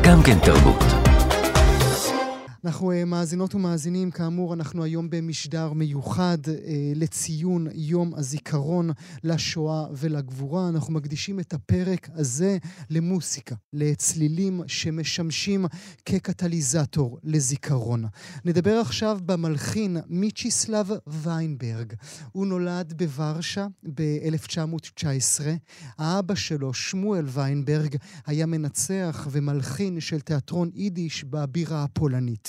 גם כן תרבות. אנחנו מאזינות ומאזינים, כאמור, אנחנו היום במשדר מיוחד לציון יום הזיכרון לשואה ולגבורה. אנחנו מקדישים את הפרק הזה למוסיקה, לצלילים שמשמשים כקטליזטור לזיכרון. נדבר עכשיו במלחין מיצ'יסלב ויינברג. הוא נולד בוורשה ב-1919. האבא שלו, שמואל ויינברג, היה מנצח ומלחין של תיאטרון יידיש בבירה הפולנית.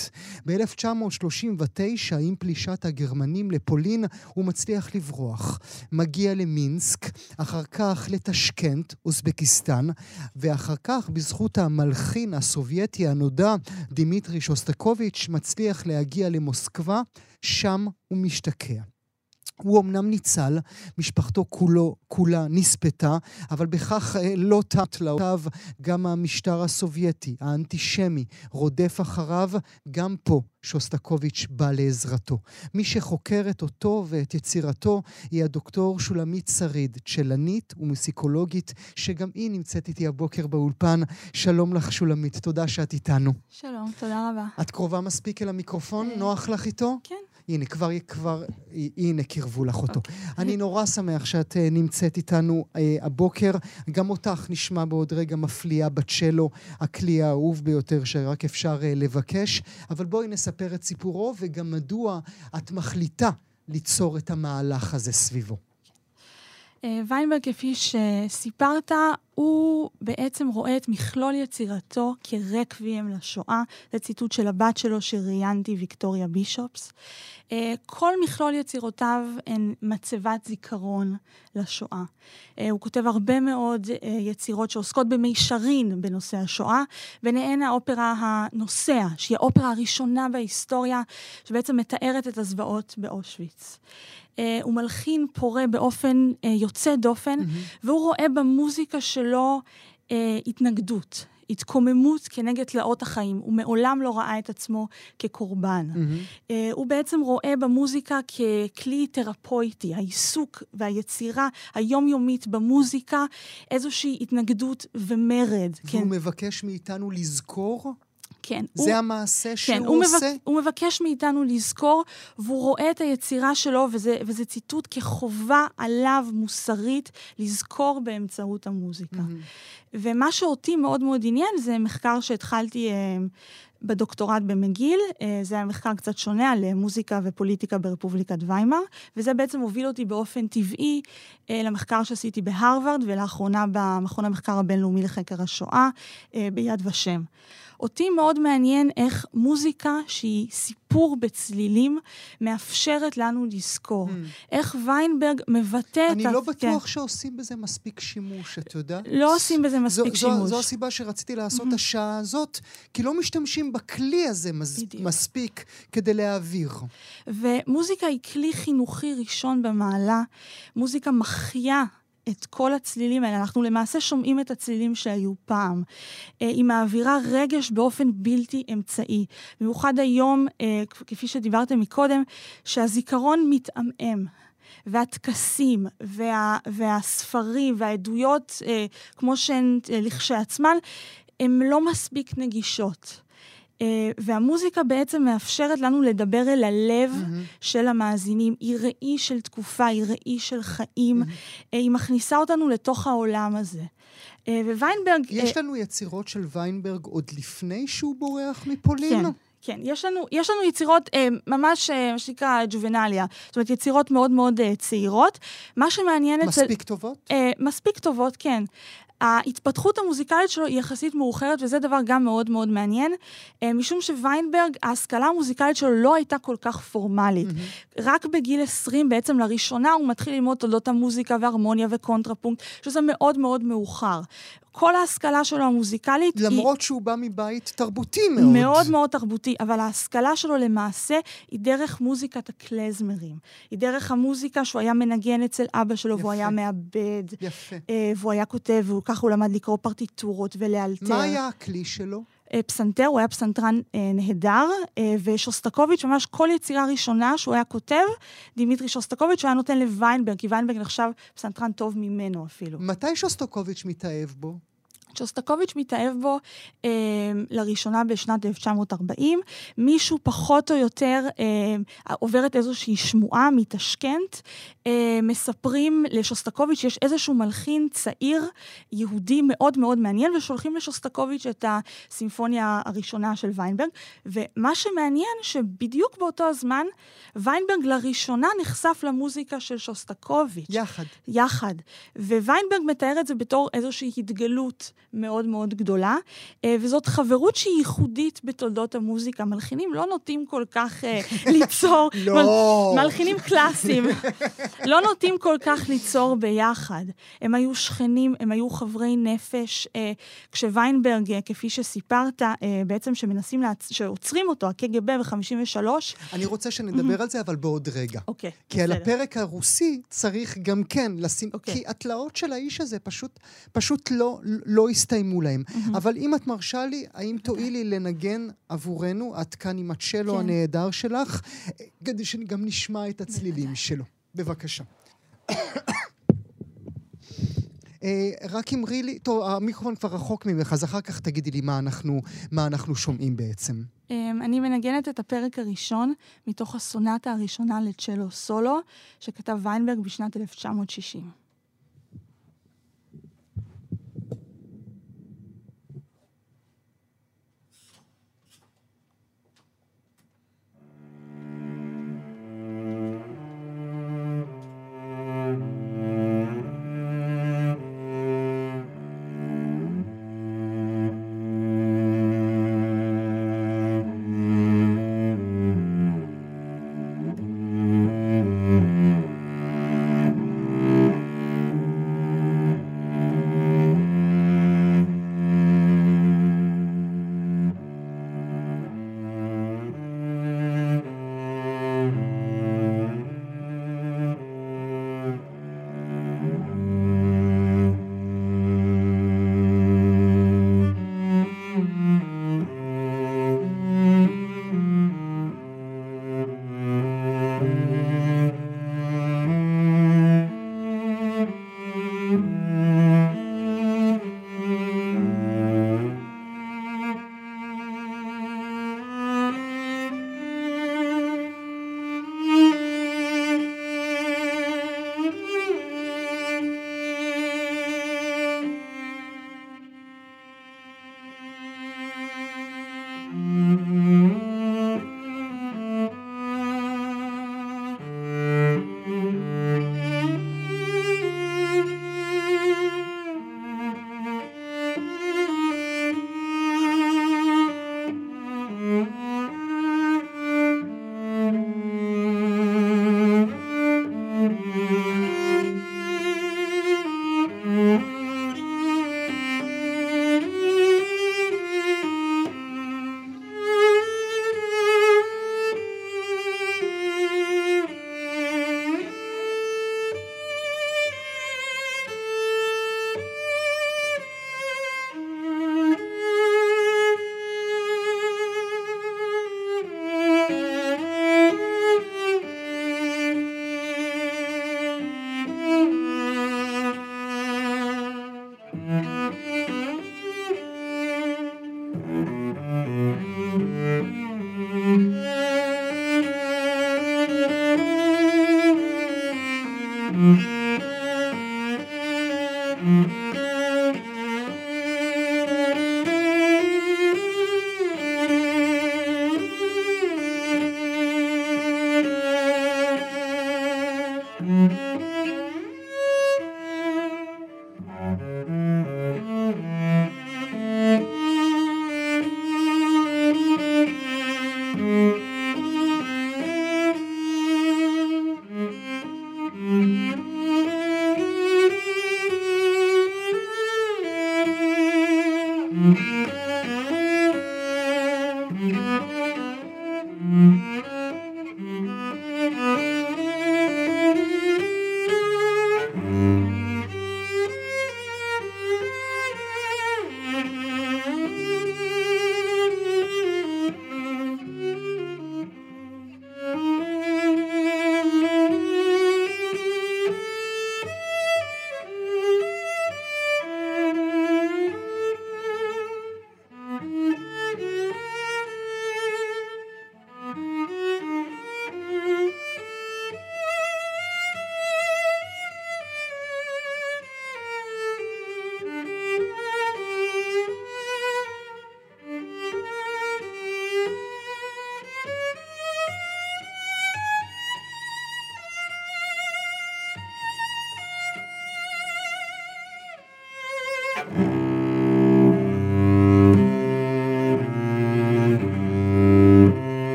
ב-1939, עם פלישת הגרמנים לפולין, הוא מצליח לברוח. מגיע למינסק, אחר כך לתשקנט, אוזבקיסטן, ואחר כך, בזכות המלחין הסובייטי הנודע, דימיטרי שוסטקוביץ', מצליח להגיע למוסקבה, שם הוא משתקע. הוא אמנם ניצל, משפחתו כולה נספתה, אבל בכך לא תת לאותיו גם המשטר הסובייטי, האנטישמי, רודף אחריו, גם פה שוסטקוביץ' בא לעזרתו. מי שחוקרת אותו ואת יצירתו היא הדוקטור שולמית שריד, צ'לנית ומוסיקולוגית, שגם היא נמצאת איתי הבוקר באולפן. שלום לך שולמית, תודה שאת איתנו. שלום, תודה רבה. את קרובה מספיק אל המיקרופון? נוח לך איתו? כן. הנה, הנה, קרבו לך אותו. אני נורא שמח שאת נמצאת איתנו הבוקר. גם אותך נשמע בעוד רגע מפליאה בצ'לו, הכלי האהוב ביותר שרק אפשר לבקש. אבל בואי נספר את סיפורו, וגם מדוע את מחליטה ליצור את המהלך הזה סביבו. ויינברג, כפי שסיפרת, הוא בעצם רואה את מכלול יצירתו כרקוויאם לשואה. זה ציטוט של הבת שלו שראיינתי, ויקטוריה בישופס. כל מכלול יצירותיו הן מצבת זיכרון לשואה. הוא כותב הרבה מאוד יצירות שעוסקות במישרין בנושא השואה, ביניהן האופרה הנוסע, שהיא האופרה הראשונה בהיסטוריה, שבעצם מתארת את הזוועות באושוויץ. הוא מלחין פורה באופן יוצא דופן, והוא רואה במוזיקה שלו התנגדות, התקוממות כנגד תלאות החיים. הוא מעולם לא ראה את עצמו כקורבן. הוא בעצם רואה במוזיקה ככלי תרפויטי, העיסוק והיצירה היומיומית במוזיקה, איזושהי התנגדות ומרד. והוא מבקש מאיתנו לזכור? כן. זה המעשה שהוא עושה? הוא מבקש מאיתנו לזכור, והוא רואה את היצירה שלו, וזה ציטוט כחובה עליו מוסרית, לזכור באמצעות המוזיקה. ומה שאותי מאוד מאוד עניין, זה מחקר שהתחלתי בדוקטורט במגיל, זה היה מחקר קצת שונה על מוזיקה ופוליטיקה ברפובליקת ויימאר, וזה בעצם הוביל אותי באופן טבעי למחקר שעשיתי בהרווארד, ולאחרונה במכון המחקר הבינלאומי לחקר השואה, ביד ושם. אותי מאוד מעניין איך מוזיקה שהיא סיפור בצלילים מאפשרת לנו לזכור. איך ויינברג מבטא את... אני לא בטוח שעושים בזה מספיק שימוש, אתה יודע? לא עושים בזה מספיק שימוש. זו הסיבה שרציתי לעשות השעה הזאת, כי לא משתמשים בכלי הזה מספיק כדי להעביר. ומוזיקה היא כלי חינוכי ראשון במעלה. מוזיקה מחיה את כל הצלילים האלה. אנחנו למעשה שומעים את הצלילים שהיו פעם. היא מעבירה רגש באופן בלתי אמצעי. במיוחד היום, כפי שדיברתם מקודם, שהזיכרון מתעמם. והטקסים והספרים והעדויות, כמו שהן לכשעצמן, הן לא מספיק נגישות. והמוזיקה בעצם מאפשרת לנו לדבר אל הלב של המאזינים. היא ראי של תקופה, היא ראי של חיים. היא מכניסה אותנו לתוך העולם הזה. וויינברג... יש לנו יצירות של ויינברג עוד לפני שהוא בורח מפולין? כן. כן, יש לנו יצירות ממש, מה שנקרא ג'ובנליה, זאת אומרת, יצירות מאוד מאוד צעירות. מה שמעניין... מספיק טובות? מספיק טובות, כן. ההתפתחות המוזיקלית שלו היא יחסית מאוחרת, וזה דבר גם מאוד מאוד מעניין, משום שוויינברג, ההשכלה המוזיקלית שלו לא הייתה כל כך פורמלית. רק בגיל 20, בעצם לראשונה, הוא מתחיל ללמוד תולדות המוזיקה והרמוניה וקונטרפונקט, שזה מאוד מאוד מאוחר. כל ההשכלה שלו המוזיקלית... למרות שהוא בא מבית תרבותי מאוד. מאוד מאוד תרבותי, אבל ההשכלה שלו למעשה היא דרך מוזיקת הקלזמרים. היא דרך המוזיקה שהוא היה מנגן אצל אבא שלו, והוא היה מעבד. יפה. והוא היה כותב, וכך הוא למד לקרוא פרטיטורות ולאלתר. מה היה הכלי שלו? פסנתר, הוא היה פסנתרן נהדר, ושוסטקוביץ', ממש כל יצירה ראשונה שהוא היה כותב, דימיטרי שוסטקוביץ', הוא היה נותן לוויינברג, כי ויינברג נחשב פסנתרן טוב ממנו אפילו. מתי שוסטקוביץ' מתאהב בו? שוסטקוביץ' מתאהב בו לראשונה בשנת 1940. מישהו פחות או יותר עוברת איזושהי שמועה מתשכנת. מספרים לשוסטקוביץ' יש איזשהו מלחין צעיר יהודי מאוד מאוד מעניין, ושולחים לשוסטקוביץ' את הסימפוניה הראשונה של ויינברג. ומה שמעניין שבדיוק באותו הזמן ויינברג לראשונה נחשף למוזיקה של שוסטקוביץ'. יחד. וויינברג מתאר את זה בתור איזושהי התגלות מאוד מאוד גדולה, וזאת חברות שהיא ייחודית בתולדות המוזיקה. מלחינים לא נוטים כל כך ליצור, מלחינים קלאסיים, לא נוטים כל כך ליצור ביחד. הם היו שכנים, הם היו חברי נפש, כשוויינברג, כפי שסיפרת, בעצם שעוצרים אותו, הקג"ב ב-53. אני רוצה שנדבר על זה, אבל בעוד רגע. אוקיי. כי על הפרק הרוסי צריך גם כן לשים, כי התלאות של האיש הזה פשוט לא הסתיימו להם. אבל אם את מרשה לי, האם תואילי לנגן עבורנו, עד כאן עם הצ'לו הנהדר שלך, כדי שגם נשמע את הצלילים שלו. בבקשה. רק אמרי לי, טוב, המיקרופון כבר רחוק ממך, אז אחר כך תגידי לי מה אנחנו שומעים בעצם. אני מנגנת את הפרק הראשון מתוך הסונטה הראשונה לצ'לו סולו, שכתב ויינברג בשנת 1960.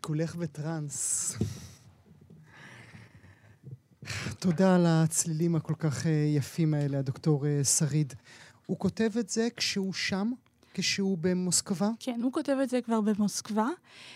כולך בטרנס. תודה על הצלילים הכל כך יפים האלה, הדוקטור שריד. הוא כותב את זה כשהוא שם? כשהוא במוסקבה? כן, הוא כותב את זה כבר במוסקבה.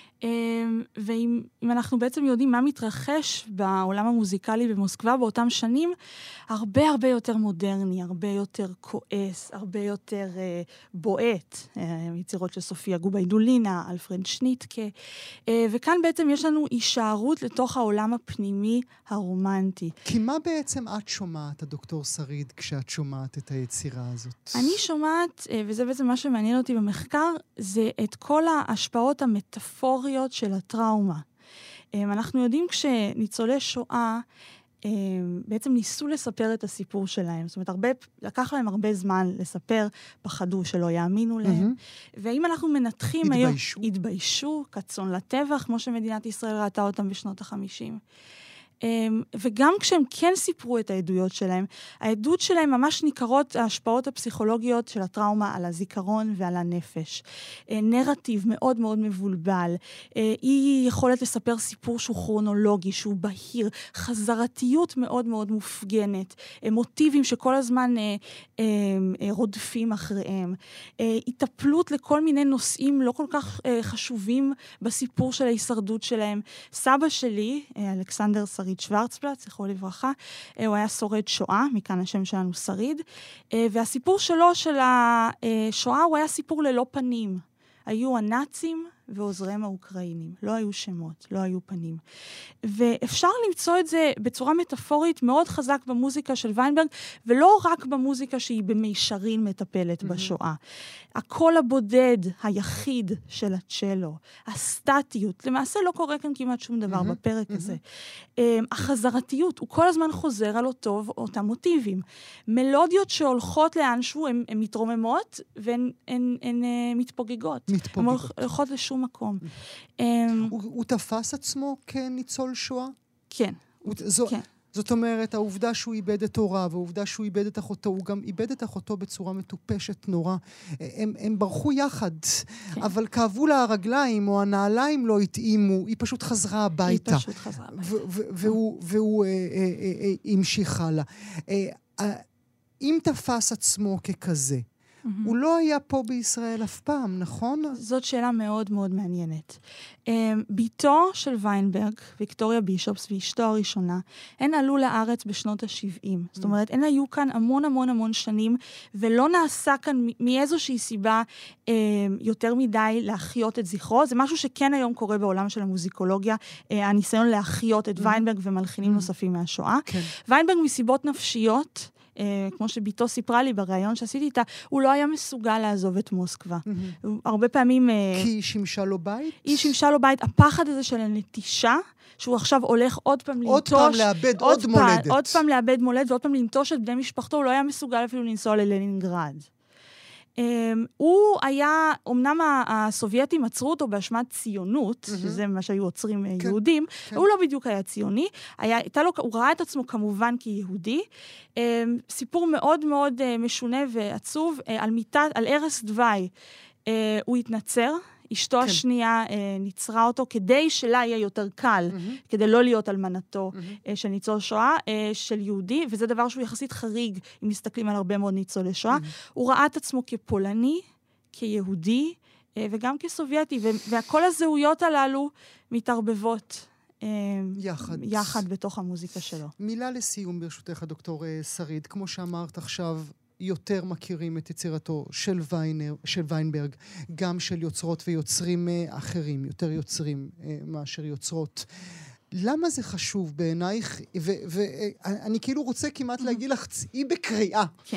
ואם אנחנו בעצם יודעים מה מתרחש בעולם המוזיקלי במוסקבה באותם שנים, הרבה הרבה יותר מודרני, הרבה יותר כועס, הרבה יותר בועט. יצירות של סופיה גוביידולינה, אלפרד שניטקה. וכאן בעצם יש לנו הישארות לתוך העולם הפנימי הרומנטי. כי מה בעצם את שומעת, הדוקטור שריד, כשאת שומעת את היצירה הזאת? אני שומעת, וזה בעצם מה שמעניין אותי במחקר, זה את כל ההשפעות המטאפוריות של הטראומה. אנחנו יודעים כשניצולי שואה בעצם ניסו לספר את הסיפור שלהם. זאת אומרת, לקח להם הרבה זמן לספר, פחדו שלא יאמינו להם. ואם אנחנו מנתחים היום... התביישו, כצאן לטבח, כמו שמדינת ישראל ראתה אותם בשנות ה-50. וגם כשהם כן סיפרו את העדויות שלהם, העדות שלהם ממש ניכרות ההשפעות הפסיכולוגיות של הטראומה על הזיכרון ועל הנפש. נרטיב מאוד מאוד מבולבל, היא יכולת לספר סיפור שהוא כרונולוגי, שהוא בהיר, חזרתיות מאוד מאוד מופגנת, מוטיבים שכל הזמן רודפים אחריהם, התאפלות לכל מיני נושאים לא כל כך חשובים בסיפור של ההישרדות שלהם. סבא שלי, אלכסנדר שריד שוורצבלט, זכרו לברכה, הוא היה שורד שואה, מכאן השם שלנו שריד, והסיפור שלו של השואה הוא היה סיפור ללא פנים. היו הנאצים ועוזריהם האוקראינים. לא היו שמות, לא היו פנים. ואפשר למצוא את זה בצורה מטאפורית מאוד חזק במוזיקה של ויינברג, ולא רק במוזיקה שהיא במישרין מטפלת בשואה. הקול הבודד, היחיד של הצ'לו, הסטטיות, למעשה לא קורה כאן כמעט שום דבר בפרק הזה. החזרתיות, הוא כל הזמן חוזר על אותם מוטיבים. מלודיות שהולכות לאנשהו, הן מתרוממות, והן מתפוגגות. הן הולכות לשום מקום. הוא תפס עצמו כניצול שואה? כן. כן. זאת אומרת, העובדה שהוא איבד את הוריו, והעובדה שהוא איבד את אחותו, הוא גם איבד את אחותו בצורה מטופשת נורא. הם ברחו יחד, כן. אבל כאבו לה הרגליים, או הנעליים לא התאימו, היא פשוט חזרה הביתה. היא פשוט חזרה הביתה. והוא המשיך הלאה. אם תפס עצמו ככזה, הוא לא היה פה בישראל אף פעם, נכון? זאת שאלה מאוד מאוד מעניינת. ביתו של ויינברג, ויקטוריה בישופס, ואשתו הראשונה, הן עלו לארץ בשנות ה-70. זאת אומרת, הן היו כאן המון המון המון שנים, ולא נעשה כאן מאיזושהי סיבה יותר מדי להחיות את זכרו. זה משהו שכן היום קורה בעולם של המוזיקולוגיה, הניסיון להחיות את ויינברג ומלחינים נוספים מהשואה. ויינברג מסיבות נפשיות, כמו שביתו סיפרה לי בריאיון שעשיתי איתה, הוא לא היה מסוגל לעזוב את מוסקבה. הרבה פעמים... כי היא שימשה לו בית? היא שימשה לו בית. הפחד הזה של הנטישה, שהוא עכשיו הולך עוד פעם לנטוש... עוד פעם לאבד עוד מולדת. עוד פעם לאבד מולדת, ועוד פעם לנטוש את בני משפחתו, הוא לא היה מסוגל אפילו לנסוע ללנינגרד. הוא היה, אמנם הסובייטים עצרו אותו באשמת ציונות, שזה מה שהיו עוצרים יהודים, הוא לא בדיוק היה ציוני, הוא ראה את עצמו כמובן כיהודי, סיפור מאוד מאוד משונה ועצוב, על ערש דווי, הוא התנצר, אשתו השנייה ניצרה אותו כדי שלה יהיה יותר קל, כדי לא להיות אלמנתו של ניצול שואה, של יהודי, וזה דבר שהוא יחסית חריג, אם מסתכלים על הרבה מאוד ניצולי שואה. הוא ראה את עצמו כפולני, כיהודי, וגם כסובייטי, וכל הזהויות הללו מתערבבות יחד בתוך המוזיקה שלו. מילה לסיום ברשותך, דוקטור שריד, כמו שאמרת עכשיו, יותר מכירים את יצירתו של ויינברג, גם של יוצרות ויוצרים אחרים, יותר יוצרים מאשר יוצרות. למה זה חשוב בעינייך? ואני כאילו רוצה כמעט להגיד לך, צאי בקריאה. כן.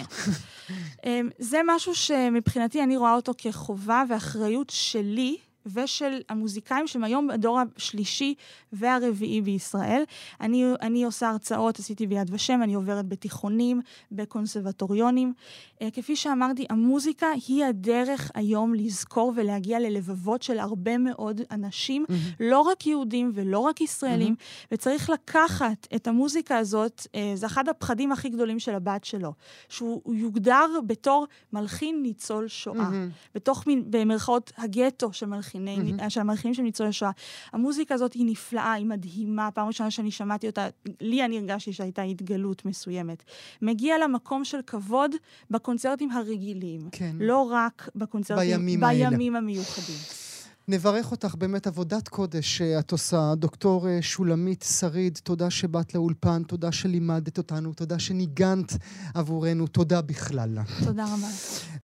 זה משהו שמבחינתי אני רואה אותו כחובה ואחריות שלי, ושל המוזיקאים שהם היום בדור השלישי והרביעי בישראל. אני עושה הרצאות, עשיתי ביד ושם, אני עוברת בתיכונים, בקונסרבטוריונים. כפי שאמרתי, המוזיקה היא הדרך היום לזכור ולהגיע ללבבות של הרבה מאוד אנשים, לא רק יהודים ולא רק ישראלים, וצריך לקחת את המוזיקה הזאת, זה אחד הפחדים הכי גדולים של הבת שלו, שהוא יוגדר בתור מלחין ניצול שואה, בתוך במרכאות הגטו של מלחין המלחינים של ניצולי שואה. המוזיקה הזאת היא נפלאה, היא מדהימה. פעם ראשונה שאני שמעתי אותה, אני הרגשתי שהייתה התגלות מסוימת. מגיע למקום של כבוד בקונצרטים הרגילים. כן. לא רק בקונצרטים, בימים המיוחדים. נברך אותך, באמת עבודת קודש שאת עושה. דוקטור שולמית שריד, תודה שבאת לאולפן, תודה שלימדת אותנו, תודה שניגנת עבורנו, תודה בכלל. תודה רבה.